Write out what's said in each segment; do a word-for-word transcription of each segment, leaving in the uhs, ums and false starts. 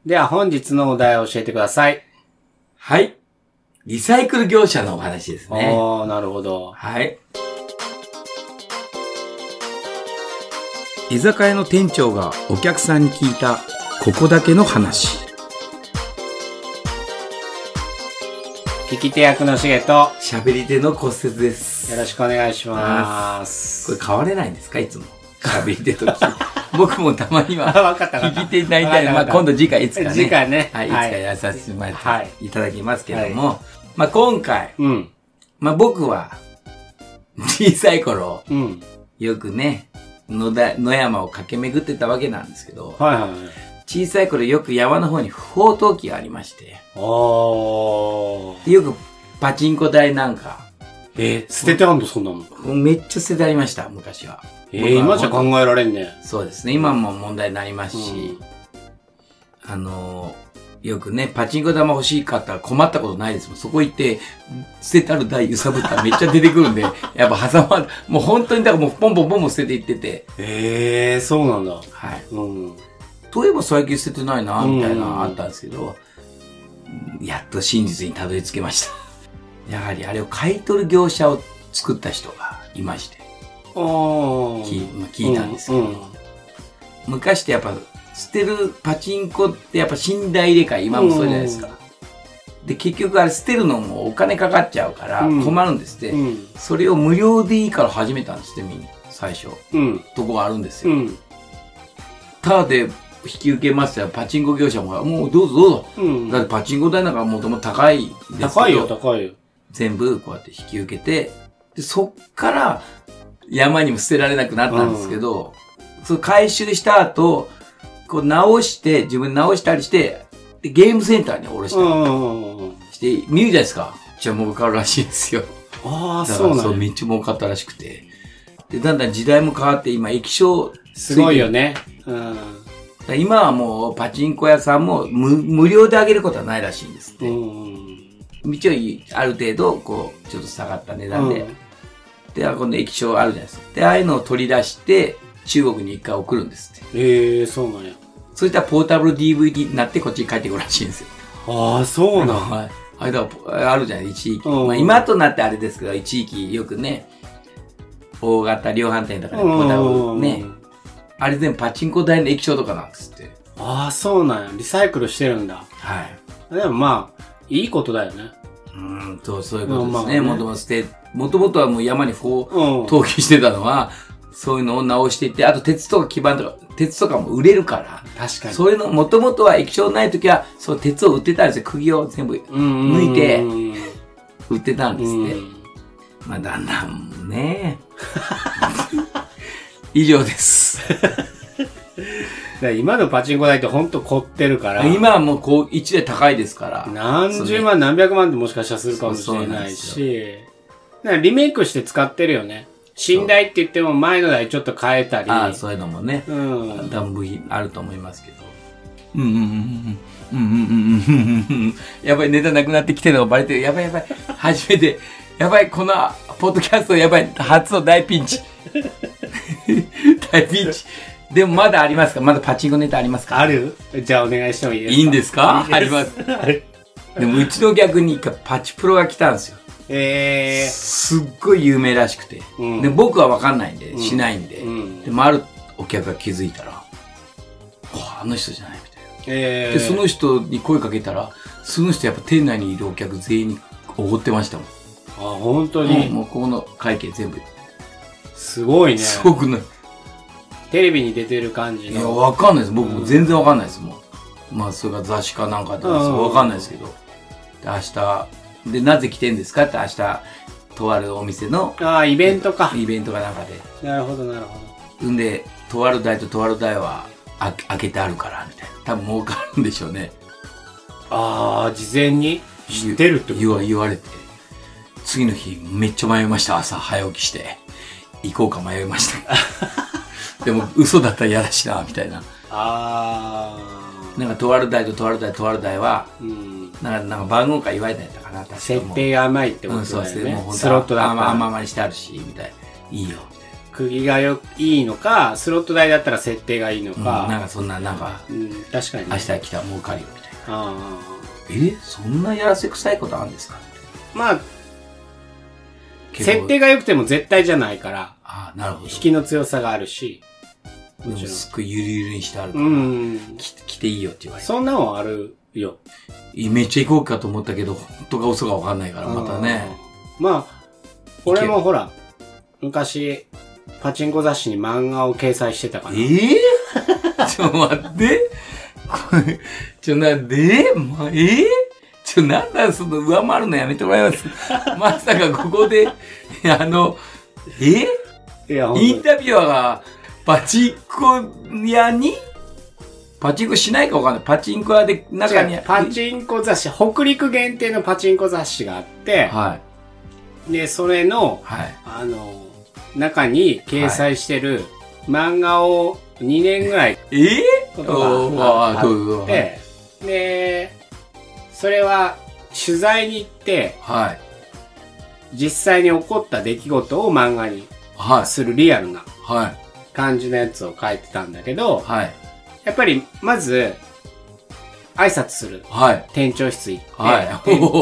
では本日のお題を教えてください。 はい。リサイクル業者のお話ですね。 ああ、なるほど。 はい。居酒屋の店長がお客さんに聞いたここだけの話。 聞き手役のしげと喋り手の骨折です。 よろしくお願いします。 これ変われないんですかいつも。喋り手と僕もたまには聞き手になりたい。まあ今度次回いつかね。 次回ね。 はい、いつかやらさせてもらっていただきますけども、はい、まあ今回、 うん、まあ僕は小さい頃、うん、よくね、野田、野山を駆け巡ってたわけなんですけど、 はいはいはい、 小さい頃よく山の方に不法投棄がありまして、 あーよくパチンコ台なんか、 えー、捨ててあんのそんなの？ めっちゃ捨ててありました、昔は。 えー、今じゃ考えられんね。 そうですね。今も問題になりますし、うん、あのー、よくね、パチンコ玉欲しい方は困ったことないですもん。そこ行って、捨ててある台揺さぶったらめっちゃ出てくるんで、やっぱ挟まる。もう本当にだからもうポンポンポンポン捨てていってて。 ええー、そうなんだ。 はい。うん。といえば最近捨ててないな、みたいなのあったんですけど、うん、やっと真実にたどり着けました。やはりあれを買い取る業者を作った人がいまして。 あ聞, 聞いたんですけど、うんうん、昔ってやっぱ捨てるパチンコってやっぱ寝台入れ替え今もそうじゃないですか、うん、で結局あれ捨てるのもお金かかっちゃうから困るんですって、うん、それを無料でいいから始めたんですってみんな最初、うん、とこがあるんですよ、うん、ただで引き受けましたらパチンコ業者ももうどうぞどうぞ、うん、だってパチンコ代なんかもともと高いですけど高いよ高いよ全部こうやって引き受けてでそっから山にも捨てられなくなったんですけど、うん、その回収した後、こう直して、自分直したりして、でゲームセンターに下ろしたり、うん、して、見るじゃないですか。じゃあ儲かるらしいですよ。 ああ、そうなんだ。そう、 めっちゃ儲かったらしくて。で、だんだん時代も変わって、今液晶すごいよね。うん、 今はもうパチンコ屋さんも 無, 無料であげることはないらしいんですって。うん、一応ある程度、こう、ちょっと下がった値段で。うんで、今度液晶あるじゃないですか。で、ああいうのを取り出して、中国に一回送るんですって。 へえー、そうなんや。 そういったポータブル ディーブイディー になってこっちに帰ってくるらしいんですよ。 ああ、そうなん。 はい。あれだ、あるじゃない、一時期。まあ今となってあれですけど、一時期よくね、大型量販店とかでポータブルね、あれ全部パチンコ台の液晶とかなんですって。 ああ、そうなんや。リサイクルしてるんだ。 はい。 でもまあ、いいことだよね。 うん、そう、そういうことですね。もともと捨て、もともとはもう山に不法投棄してたのは、うん、そういうのを直していって、あと鉄とか基板とか、鉄とかも売れるから。 確かに。 そういうの、もともとは液晶ないときは、そう鉄を売ってたんですよ。釘を全部抜いて、売ってたんですって。まあ、だんだんね。以上です。 今のパチンコ台ってほんと凝ってるから。 今はもうこう、一台高いですから。 何十万何百万ってもしかしたらするかもしれないし。リメイクして使ってるよね。新台って言っても前の台ちょっと変えたり。 ああ、そういうのもね。うん。多分部品あると思いますけど。うんうんうんうん。うんうんうんうんうん。やばい、ネタなくなってきてるのがバレてる。やばいやばい。初めて。やばい、この、ポッドキャストやばい。初の大ピンチ。大ピンチ。でもまだありますか？まだパチンコネタありますか？ ある？じゃあお願いしてもいいですか？ いいんですか？あります。でもうちの逆に一回パチプロが来たんですよ。 えー、 すっごい有名らしくて。うん、で僕は分かんないんで、しないんで。うん、でもあるお客が気づいたら、あの人じゃないみたいな。えー、で、その人に声かけたら、その人やっぱ店内にいるお客全員におごってましたもん。 あ、本当に、 うん、もうここの会計全部。 すごいね。 すごくない。 テレビに出てる感じの。 いや、わかんないです。僕も全然わかんないですもん。まあ、それが雑誌かなんかってわかんないですけど。で、明日、で、なぜ来てんですかって明日、とあるお店の。 ああ、イベントか。 イベントかなんかで。 なるほど、なるほど。んで、とある台ととある台は、あ開けてあるから、みたいな。多分儲かるんでしょうね。 ああ、事前に知ってるってこと？ 言わ、言われて。次の日、めっちゃ迷いました。朝、早起きして。行こうか迷いました。でも嘘だったら嫌だしなみたいな。ああ。なんかとある台ととある台とある台は、うん、なんかなんか番号から言われたんやったかな。 設定が甘いってことだよね。うん、そうですね。もう本当スロットだったら。 甘々にしてあるしみたいな。いいよみたいな釘がよいいのか、スロット代だったら設定がいいのか。 うん、なんかそんな、なんか、 うん、確かに、ね。 明日来たら儲かるよみたいな。 ああ。 え、そんなやらせくさいことあるんですか？ まあ、設定が良くても絶対じゃないから。 ああ、なるほど。 引きの強さがあるし。 もちろん。すっごいゆるゆるにしてあるから。 うん。 来ていいよって言われて。 そんなのあるよ。 めっちゃ行こうかと思ったけど、本当か嘘かわかんないから、またね。 まあ、俺もほら、昔、パチンコ雑誌に漫画を掲載してたから。 ええー、ちょ、待って。これ、ちょ、なんで、ま、えー、ちょ、なんだ、その、上回るのやめてもらいます。まさかここで、あの、えいや、 インタビュアーが、パチンコ屋にパチンコしないかわかんない。パチンコ屋で中に。 パチンコ雑誌、北陸限定のパチンコ雑誌があって、 はい。 で、それの、はい、あの、中に掲載してる漫画をにねんぐらい、 えぇ、 ことがあって、で、それは取材に行って、はい、実際に起こった出来事を漫画にするリアルな感じのやつを書いてたんだけど、はい、やっぱりまず挨拶する。はい、店長室行って、はい、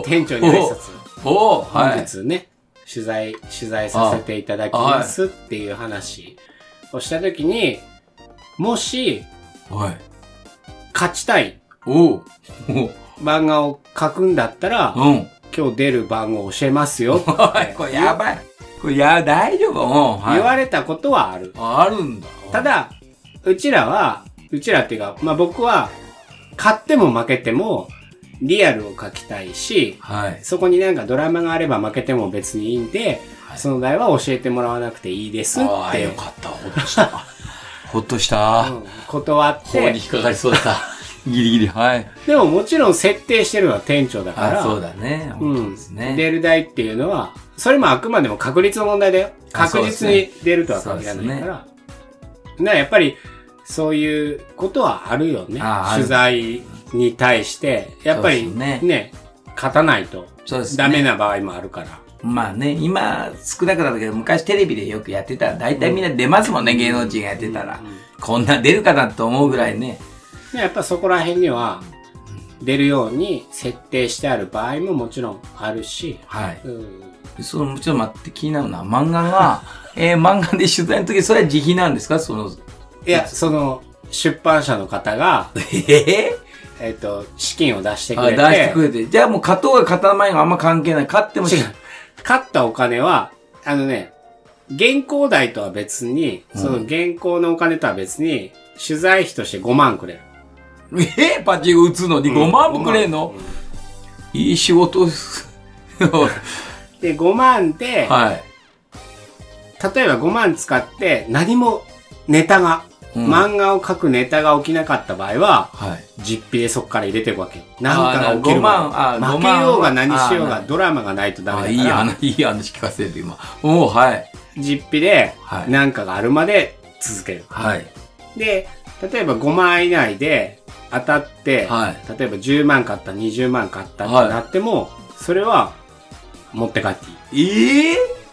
店長に挨拶。 お本日ね、取材、取材させていただきますっていう話をしたときに、もし、はい、勝ちたいお漫画を書くんだったら、うん、今日出る番号教えますよって。 これやばい。これや、大丈夫、 はい、言われたことはある。 あるんだ。 ただ、うちらは、うちらっていうか、まあ僕は、勝っても負けても、リアルを書きたいし、はい、そこになんかドラマがあれば負けても別にいいんで、はい、その題は教えてもらわなくていいですって。 ああ、よかった。ほっとした。ほっとした。 うん、断って。 法に引っかかりそうだった。ギリギリ、はい。 でももちろん設定してるのは店長だから。 あ、そうだね。本当ですね、 うん。出る題っていうのは、それもあくまでも確率の問題だよ。確実に出るとは限らないから。ね、だからやっぱり、そういうことはあるよね。取材に対して、やっぱりね、ね勝たないとダメな場合もあるから。 まあね、今少なくなったけど、昔テレビでよくやってたら、大体みんな出ますもんね、うん、芸能人がやってたら、うんうん。こんな出るかなと思うぐらいね。 やっぱそこら辺には、出るように設定してある場合ももちろんあるし。はい。 うん、その、ちょっと待って気になるな。漫画が、えー、漫画で取材の時、それは自費なんですかその、 いや、その、出版社の方が、 えー、 えっと、資金を出してくれて。 出してくれて。じゃあもう勝とうが勝たないがあんま関係ない。勝っても違う。勝ったお金は、あのね、原稿代とは別に、うん、その原稿のお金とは別に、取材費としてごまんくれる。 えー、パチンコ打つのにごまんもくれんの、うん、いい仕事です。 で、ごまんで、はい、例えばごまん使って何もネタが、うん、漫画を描くネタが起きなかった場合は、はい、実費でそこから入れていくわけ。なんかが起きるわけ。負けようが何しようがドラマがないとダメだから。いい話、いい話聞かせて今。おおはい。 実費で、なんかがあるまで続ける。はい。で、例えばごまん以内で当たって、はい、例えばじゅうまん買った、にじゅうまん買ったってなっても、はい、それは持って帰っていい。 ええ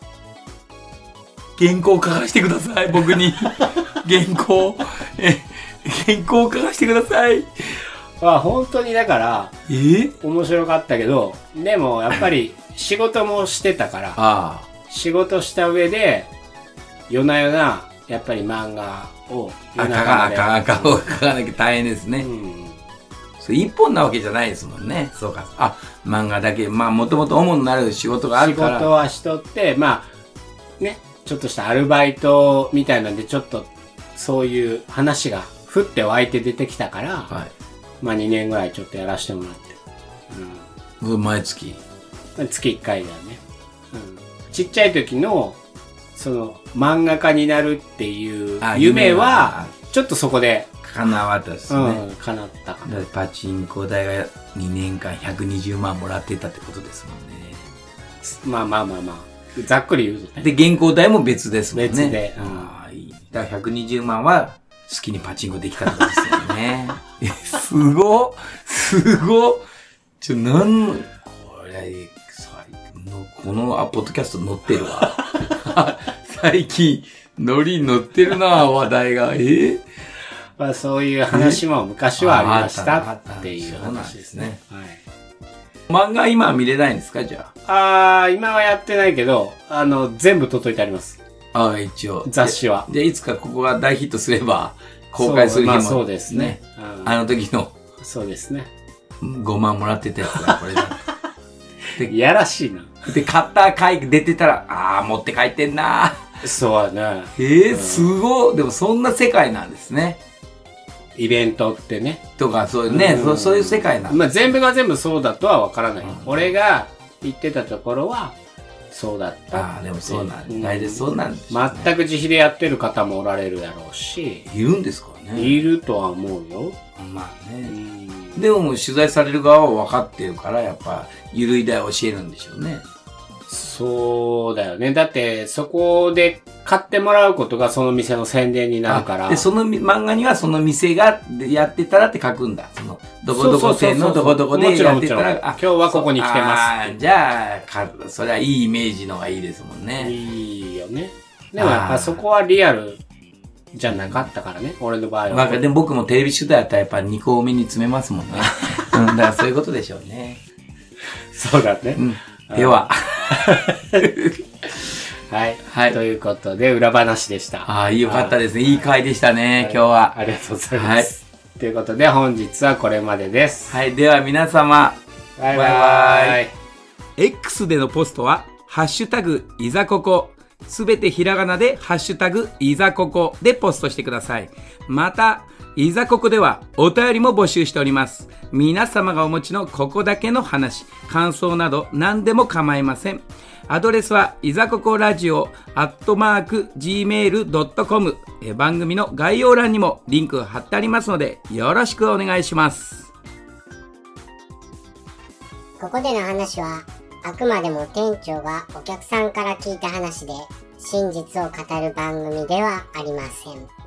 ー、原稿書かせてください、僕に。原稿。え、原稿書かせてください。 まあ本当にだから、えー、面白かったけど、でもやっぱり仕事もしてたから、あ仕事した上で、夜な夜な、やっぱり漫画を夜中で。あかんあかんあかん。書かなきゃ大変ですね。うん、それ一本なわけじゃないですもんね。そうか。あ、漫画だけ、まあもともと主になる仕事があるから。 仕事はしとって、まあ、ね、ちょっとしたアルバイトみたいなんで、ちょっとそういう話が降って湧いて出てきたから、はい、まあにねんぐらいちょっとやらせてもらって。 うん、毎月月いっかいだよね。うん。ちっちゃい時の、その漫画家になるっていう夢は、ちょっとそこで。 叶わったですね。 うん、叶ったかな。 パチンコ代がにねんかんひゃくにじゅうまんもらってたってことですもんね。 まあまあまあまあ。ざっくり言うとね。で、原稿代も別ですもんね。 別で。 うん、ああ、いい。だからひゃくにじゅうまんは好きにパチンコできたってことですよね。すごっすごっちょ、なんの、これ、このアポッドキャスト載ってるわ。最近、 ノリに乗ってるな、話題が。えー、 まあ、そういう話も昔はありましたっていう話ですね。はい。 漫画今は見れないんですか、じゃあ。ああ、今はやってないけど、あの、全部届いてあります。 ああ、一応。 雑誌は。 じゃあ、いつかここが大ヒットすれば、公開する日も、 そう、まあ、そうですね。 うん、あの時の。 そうですね。 ごまんもらってたやつがこれだ。 で、いやらしいな。 で、買った回出てたら、ああ、持って帰ってんな。 そうだね。 ええー、すごい。でもそんな世界なんですね。 イベントってね。 とか、そういうね、うん、そういう世界なんまあ全部が全部そうだとはわからない。うん、俺が行ってたところは、そうだった。 ああ、でもそうなんです。大体そうなんです、 ね。全く自費でやってる方もおられるだろうし。 いるんですかね。 いるとは思うよ。 まあね。うん、でも取材される側は分かってるから、やっぱ、ゆるい代教えるんでしょうね。 そうだよね。だって、そこで買ってもらうことがその店の宣伝になるから。 で、その漫画にはその店がやってたらって書くんだ。その、どこどこ店のどこどこでやってたら、 あ、今日はここに来てます。 あじゃあか、それはいいイメージのがいいですもんね。 いいよね。でもやっぱそこはリアルじゃなかったからね、俺の場合は。 まあ、でも僕もテレビ取材やったらやっぱにこ多めに詰めますもんね。うん、だからそういうことでしょうね。 そうだね。 うんでは。 はい。はい。ということで、裏話でした。 ああ、よかったですね。いい回でしたね、今日は。 ありがとうございます。はい。ということで、本日はこれまでです。 はい。では皆様、 バイバイ。バイバイ。 X でのポストは、ハッシュタグ、いざここ。すべてひらがなで、ハッシュタグ、いざここでポストしてください。また、いざここではお便りも募集しております。皆様がお持ちのここだけの話、感想など何でも構いません。アドレスはいざここラジオアットマーク ジーメールドットコム。番組の概要欄にもリンク貼ってありますのでよろしくお願いします。 ここでの話はあくまでも店長がお客さんから聞いた話で真実を語る番組ではありません。